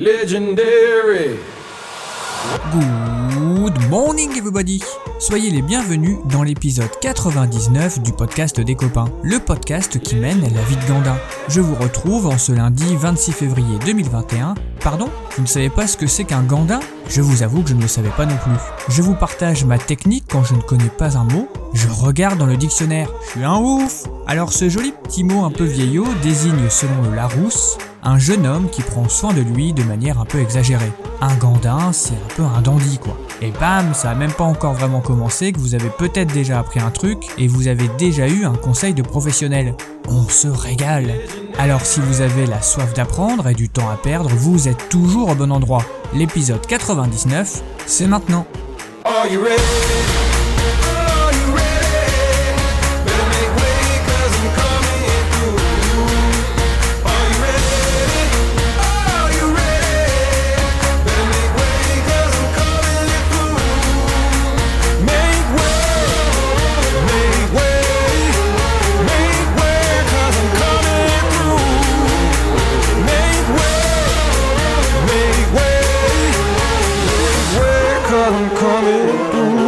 Legendary. Good morning everybody! Soyez les bienvenus dans l'épisode 99 du podcast des copains, le podcast qui mène la vie de Gandin. Je vous retrouve en ce lundi 26 février 2021. Pardon? Vous ne savez pas ce que c'est qu'un Gandin? Je vous avoue que je ne le savais pas non plus. Je vous partage ma technique quand je ne connais pas un mot. Je regarde dans le dictionnaire. Je suis un ouf! Alors ce joli petit mot un peu vieillot désigne selon le Larousse un jeune homme qui prend soin de lui de manière un peu exagérée. Un Gandin, c'est un peu un dandy quoi. Et bam, ça a même pas encore vraiment commencé que vous avez peut-être déjà appris un truc et vous avez déjà eu un conseil de professionnel. On se régale. Alors si vous avez la soif d'apprendre et du temps à perdre, vous êtes toujours au bon endroit. L'épisode 99, c'est maintenant. Are you ready? Are you ready? Better make way 'cause I'm coming through. Are you ready? Are you ready? Better make way 'cause I'm coming through. Make way 'cause I'm coming through. Make way 'cause I'm coming through.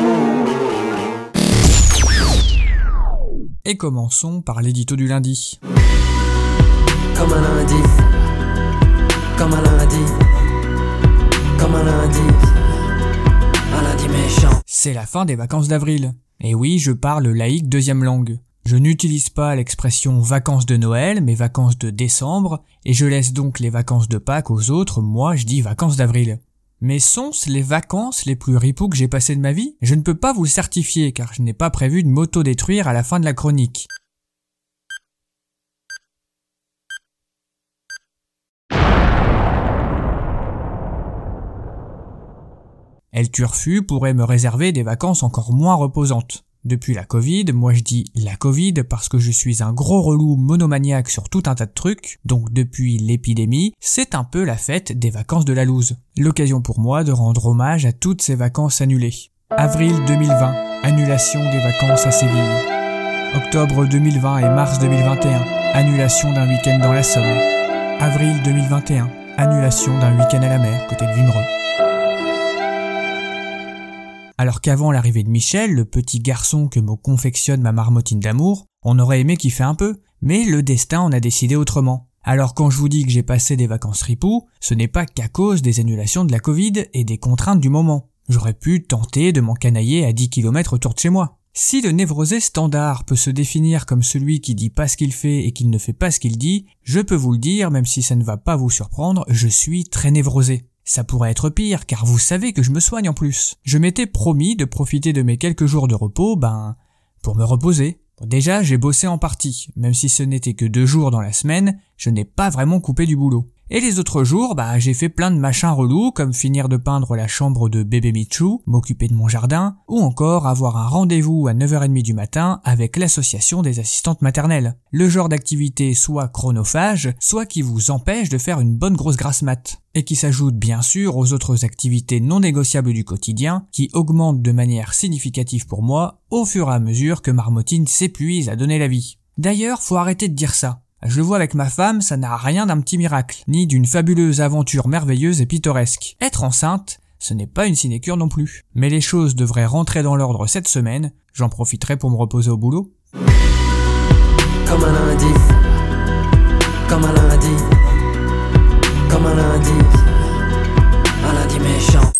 Et commençons par l'édito du lundi. Comme un lundi, comme un lundi, comme un lundi méchant. C'est la fin des vacances d'avril. Et oui, je parle laïque deuxième langue. Je n'utilise pas l'expression vacances de Noël, mais vacances de décembre, et je laisse donc les vacances de Pâques aux autres, moi je dis vacances d'avril. Mais sont-ce les vacances les plus ripoux que j'ai passées de ma vie? Je ne peux pas vous le certifier car je n'ai pas prévu de m'auto-détruire à la fin de la chronique. El Turfu pourrait me réserver des vacances encore moins reposantes. Depuis la Covid, moi je dis la Covid parce que je suis un gros relou monomaniaque sur tout un tas de trucs, donc depuis l'épidémie, c'est un peu la fête des vacances de la loose. L'occasion pour moi de rendre hommage à toutes ces vacances annulées. Avril 2020, annulation des vacances à Séville. Octobre 2020 et mars 2021, annulation d'un week-end dans la Somme. Avril 2021, annulation d'un week-end à la mer, côté de Wimereux. Alors qu'avant l'arrivée de Michel, le petit garçon que me confectionne ma marmotine d'amour, on aurait aimé kiffer un peu, mais le destin en a décidé autrement. Alors quand je vous dis que j'ai passé des vacances ripoux, ce n'est pas qu'à cause des annulations de la Covid et des contraintes du moment. J'aurais pu tenter de m'encanailler à 10 km autour de chez moi. Si le névrosé standard peut se définir comme celui qui dit pas ce qu'il fait et qui ne fait pas ce qu'il dit, je peux vous le dire, même si ça ne va pas vous surprendre, je suis très névrosé. Ça pourrait être pire, car vous savez que je me soigne en plus. Je m'étais promis de profiter de mes quelques jours de repos, pour me reposer. Déjà, j'ai bossé en partie, même si ce n'était que 2 jours dans la semaine, je n'ai pas vraiment coupé du boulot. Et les autres jours, j'ai fait plein de machins relous, comme finir de peindre la chambre de bébé Michou, m'occuper de mon jardin, ou encore avoir un rendez-vous à 9h30 du matin avec l'association des assistantes maternelles. Le genre d'activité soit chronophage, soit qui vous empêche de faire une bonne grosse grasse mat. Et qui s'ajoute bien sûr aux autres activités non négociables du quotidien, qui augmentent de manière significative pour moi, au fur et à mesure que Marmotine s'épuise à donner la vie. D'ailleurs, faut arrêter de dire ça. Je le vois avec ma femme, ça n'a rien d'un petit miracle, ni d'une fabuleuse aventure merveilleuse et pittoresque. Être enceinte, ce n'est pas une sinécure non plus. Mais les choses devraient rentrer dans l'ordre cette semaine, j'en profiterai pour me reposer au boulot. Comme un lundi, comme un lundi, comme un lundi méchant.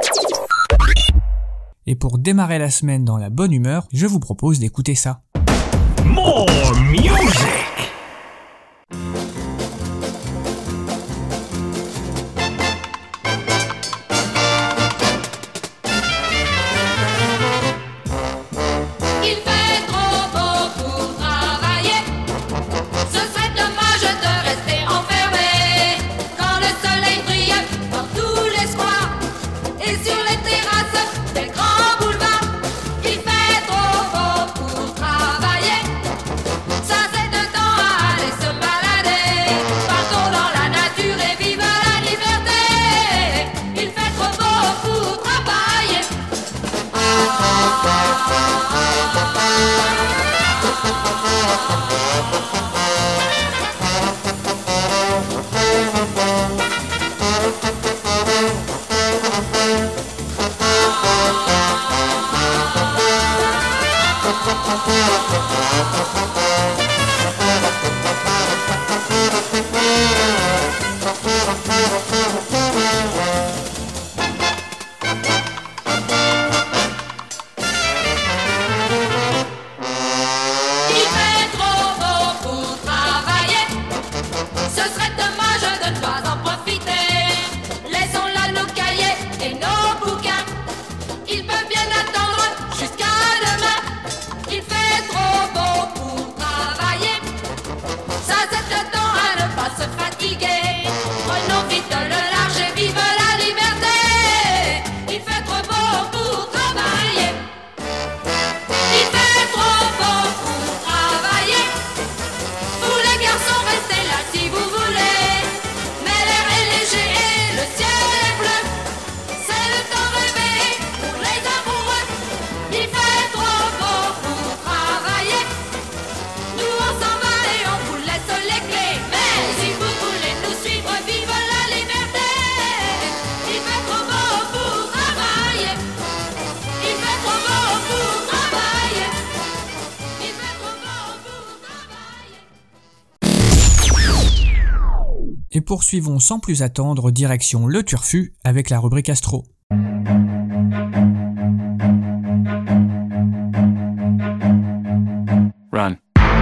Et pour démarrer la semaine dans la bonne humeur, je vous propose d'écouter ça. More music! Il fait trop beau pour travailler. Ce serait dommage de rester enfermé. Quand le soleil brille dans tous les squares et sur les terrasses des grands boulevards. Il fait trop beau pour travailler. Ça c'est de temps à aller se balader. Partons dans la nature et vive la liberté. Il fait trop beau pour travailler. Il fait trop beau pour travailler. Ce serait dommage de ne pas en profiter. Laissons là nos cahiers et nos bouquins. Il peut bien attendre jusqu'à demain. Il fait trop beau pour travailler. Ça c'est le temps à ne pas se fatiguer. Prenons vite le large et vive la liberté. Il fait trop beau pour travailler. Il fait trop beau pour travailler. Vous les garçons, restez là si vous voulez. Mais l'air est léger et le ciel est bleu. C'est le temps rêvé pour les amoureux. Il fait trop beau pour travailler. Nous on s'en va et on vous laisse les clés. Mais si vous voulez nous suivre, vive la liberté. Il fait trop beau pour travailler. Il fait trop beau pour travailler. Il fait trop beau pour travailler. Et poursuivons sans plus attendre direction le Turfu avec la rubrique Astro. Run.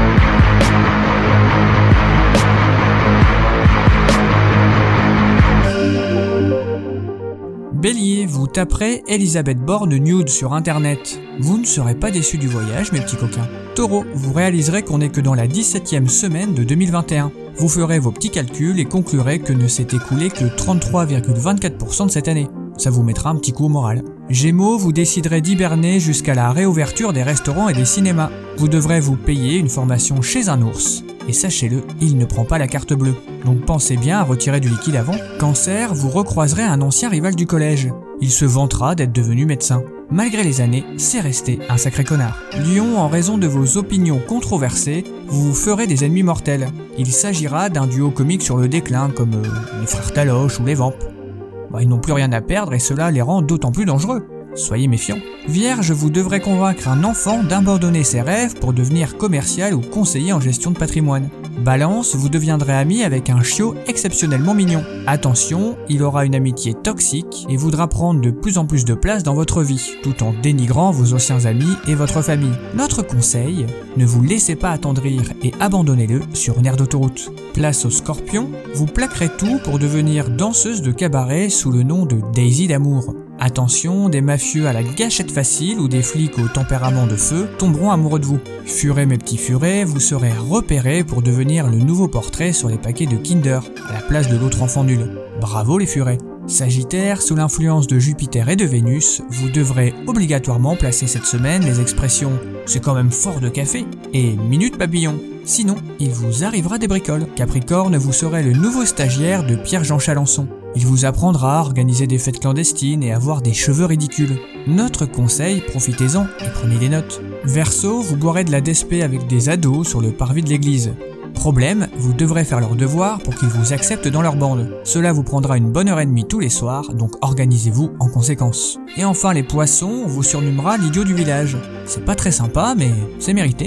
Bélier, vous taperez Elisabeth Borne nude sur internet. Vous ne serez pas déçus du voyage, mes petits coquins. Taureau, vous réaliserez qu'on n'est que dans la 17e semaine de 2021. Vous ferez vos petits calculs et conclurez que ne s'est écoulé que 33,24% de cette année. Ça vous mettra un petit coup au moral. Gémeaux, vous déciderez d'hiberner jusqu'à la réouverture des restaurants et des cinémas. Vous devrez vous payer une formation chez un ours. Et sachez-le, il ne prend pas la carte bleue. Donc pensez bien à retirer du liquide avant. Cancer, vous recroiserez un ancien rival du collège. Il se vantera d'être devenu médecin. Malgré les années, c'est resté un sacré connard. Lion, en raison de vos opinions controversées, vous vous ferez des ennemis mortels. Il s'agira d'un duo comique sur le déclin comme les frères Taloche ou les Vampes. Ils n'ont plus rien à perdre et cela les rend d'autant plus dangereux. Soyez méfiants. Vierge, vous devrez convaincre un enfant d'abandonner ses rêves pour devenir commercial ou conseiller en gestion de patrimoine. Balance, vous deviendrez ami avec un chiot exceptionnellement mignon. Attention, il aura une amitié toxique et voudra prendre de plus en plus de place dans votre vie, tout en dénigrant vos anciens amis et votre famille. Notre conseil, ne vous laissez pas attendrir et abandonnez-le sur une aire d'autoroute. Place aux Scorpions, vous plaquerez tout pour devenir danseuse de cabaret sous le nom de Daisy d'amour. Attention, des mafieux à la gâchette facile ou des flics au tempérament de feu tomberont amoureux de vous. Furets mes petits furets, vous serez repérés pour devenir le nouveau portrait sur les paquets de Kinder, à la place de l'autre enfant nul. Bravo les furets. Sagittaire, sous l'influence de Jupiter et de Vénus, vous devrez obligatoirement placer cette semaine les expressions « c'est quand même fort de café » et « minute papillon ». Sinon, il vous arrivera des bricoles. Capricorne, vous serez le nouveau stagiaire de Pierre-Jean Chalençon. Il vous apprendra à organiser des fêtes clandestines et avoir des cheveux ridicules. Notre conseil, profitez-en et prenez des notes. Verseau, vous boirez de la DSP avec des ados sur le parvis de l'église. Problème, vous devrez faire leurs devoirs pour qu'ils vous acceptent dans leur bande. Cela vous prendra une bonne heure et demie tous les soirs, donc organisez-vous en conséquence. Et enfin les poissons, on vous surnommera l'idiot du village. C'est pas très sympa, mais c'est mérité.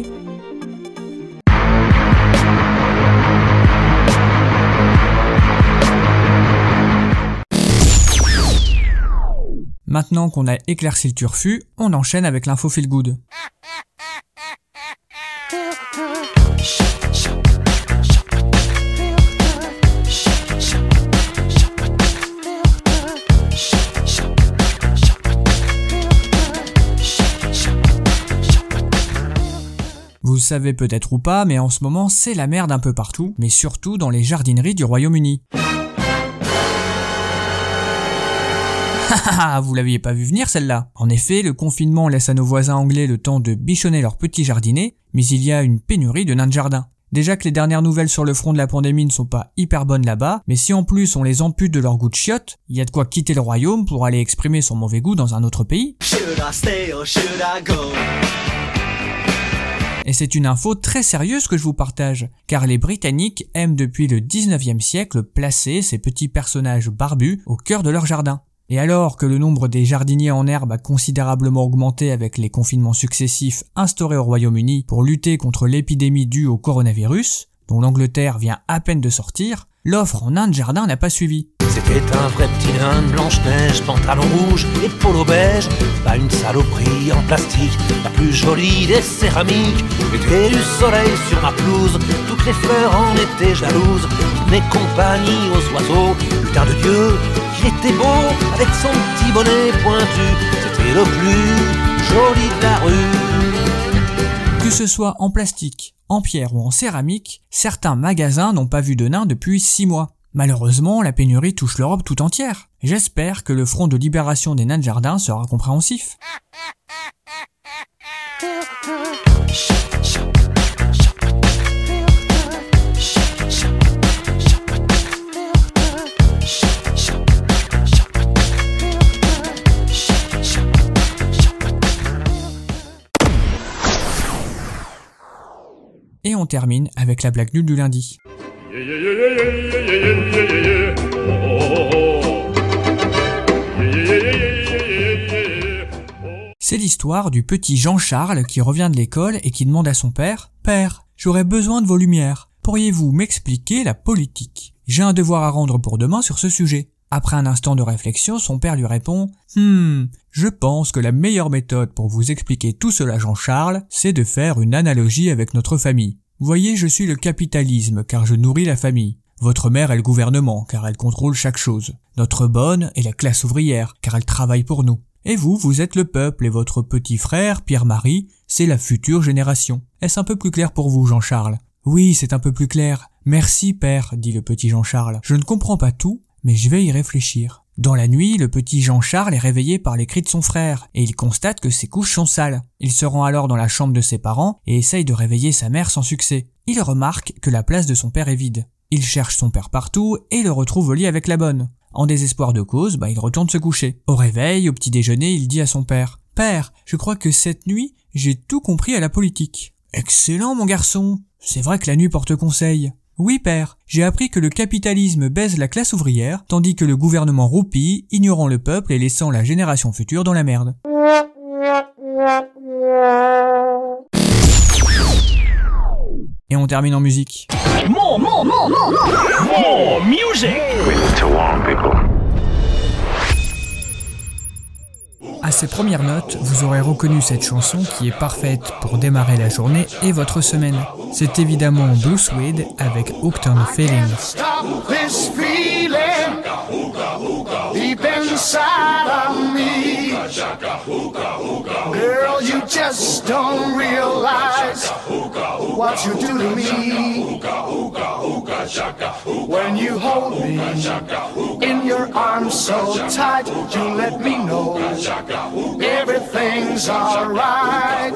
Maintenant qu'on a éclairci le turfu, on enchaîne avec l'info feel good. Vous le savez peut-être ou pas, mais en ce moment c'est la merde un peu partout, mais surtout dans les jardineries du Royaume-Uni. Vous l'aviez pas vu venir celle-là. En effet, le confinement laisse à nos voisins anglais le temps de bichonner leurs petits jardinets, mais il y a une pénurie de nains de jardin. Déjà que les dernières nouvelles sur le front de la pandémie ne sont pas hyper bonnes là-bas, mais si en plus on les ampute de leur goût de chiottes, il y a de quoi quitter le royaume pour aller exprimer son mauvais goût dans un autre pays. Et c'est une info très sérieuse que je vous partage, car les Britanniques aiment depuis le 19e siècle placer ces petits personnages barbus au cœur de leur jardin. Et alors que le nombre des jardiniers en herbe a considérablement augmenté avec les confinements successifs instaurés au Royaume-Uni pour lutter contre l'épidémie due au coronavirus, dont l'Angleterre vient à peine de sortir, l'offre en nain de jardin n'a pas suivi. C'était un vrai petit nain de Blanche-Neige, pantalon rouge et polo beige, pas une saloperie en plastique, la plus jolie des céramiques. L'été du soleil sur ma pelouse, toutes les fleurs en étaient jalouses, mes compagnies aux oiseaux, putain de Dieu, qu'il était beau, avec son petit bonnet pointu, c'était le plus joli de la rue. Que ce soit en plastique, en pierre ou en céramique, certains magasins n'ont pas vu de nains depuis 6 mois. Malheureusement, la pénurie touche l'Europe tout entière. J'espère que le front de libération des nains de jardin sera compréhensif. Et on termine avec la blague nulle du lundi. C'est l'histoire du petit Jean-Charles qui revient de l'école et qui demande à son père « Père, j'aurais besoin de vos lumières. Pourriez-vous m'expliquer la politique ? J'ai un devoir à rendre pour demain sur ce sujet. » Après un instant de réflexion, son père lui répond « je pense que la meilleure méthode pour vous expliquer tout cela, Jean-Charles, c'est de faire une analogie avec notre famille. Voyez, je suis le capitalisme, car je nourris la famille. Votre mère est le gouvernement, car elle contrôle chaque chose. Notre bonne est la classe ouvrière, car elle travaille pour nous. Et vous êtes le peuple, et votre petit frère, Pierre-Marie, c'est la future génération. Est-ce un peu plus clair pour vous, Jean-Charles ? Oui, c'est un peu plus clair. Merci, père, dit le petit Jean-Charles. Je ne comprends pas tout, mais je vais y réfléchir. Dans la nuit, le petit Jean-Charles est réveillé par les cris de son frère, et il constate que ses couches sont sales. Il se rend alors dans la chambre de ses parents, et essaye de réveiller sa mère sans succès. Il remarque que la place de son père est vide. Il cherche son père partout, et le retrouve au lit avec la bonne. En désespoir de cause, il retourne se coucher. Au réveil, au petit déjeuner, il dit à son père « Père, je crois que cette nuit, j'ai tout compris à la politique. »« Excellent, mon garçon. C'est vrai que la nuit porte conseil. »« Oui, père, j'ai appris que le capitalisme baise la classe ouvrière, tandis que le gouvernement roupille, ignorant le peuple et laissant la génération future dans la merde. » Et on termine en musique. More music. À ses premières notes, vous aurez reconnu cette chanson qui est parfaite pour démarrer la journée et votre semaine. C'est évidemment Blue Swede avec Hooked on a Feeling. Stop this feeling deep inside of me. Girl, you just don't realize what you do to me. When you hold me in your arms so tight, you let me know everything's alright.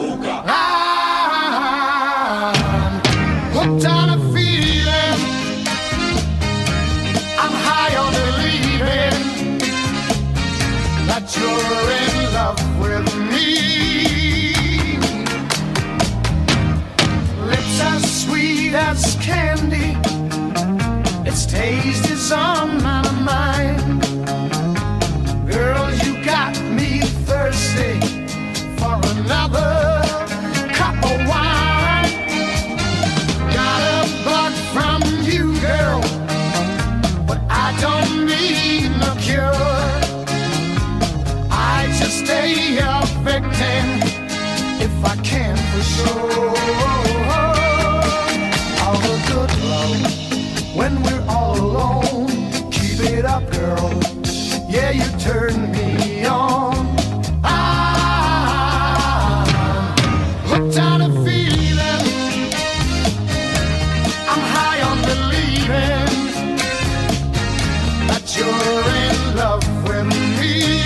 I'm hooked on a feeling, I'm high on believing that you're in love with me. Lips as sweet as candy, its taste is on my mind. Girl, you got me thirsty for another cup of wine. Got a bug from you, girl, but I don't need no cure. I just stay a victim if I can for sure. All the good love when we're all alone. Keep it up, girl. Yeah, you turn me on. I'm hooked on a feeling, I'm high on believing that you're in love with me.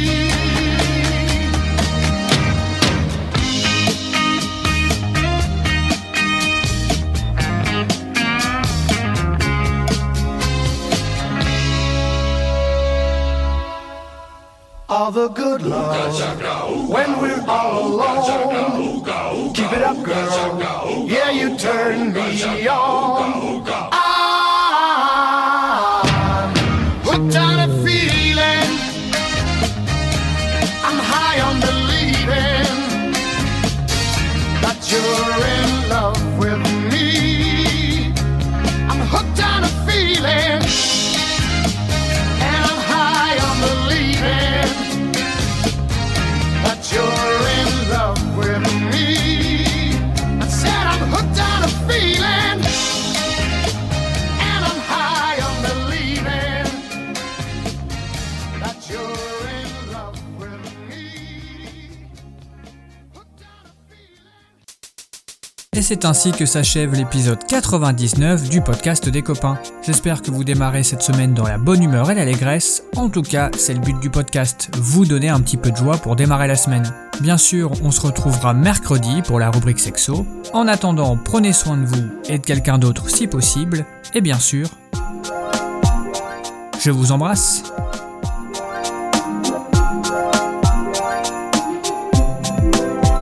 All the good love when we're all alone. Keep it up, girl. Yeah, you turn me on. I'm hooked on a feeling, Et c'est ainsi que s'achève l'épisode 99 du podcast des copains. J'espère que vous démarrez cette semaine dans la bonne humeur et l'allégresse. En tout cas, c'est le but du podcast, vous donner un petit peu de joie pour démarrer la semaine. Bien sûr, on se retrouvera mercredi pour la rubrique sexo. En attendant, prenez soin de vous et de quelqu'un d'autre si possible. Et bien sûr, je vous embrasse.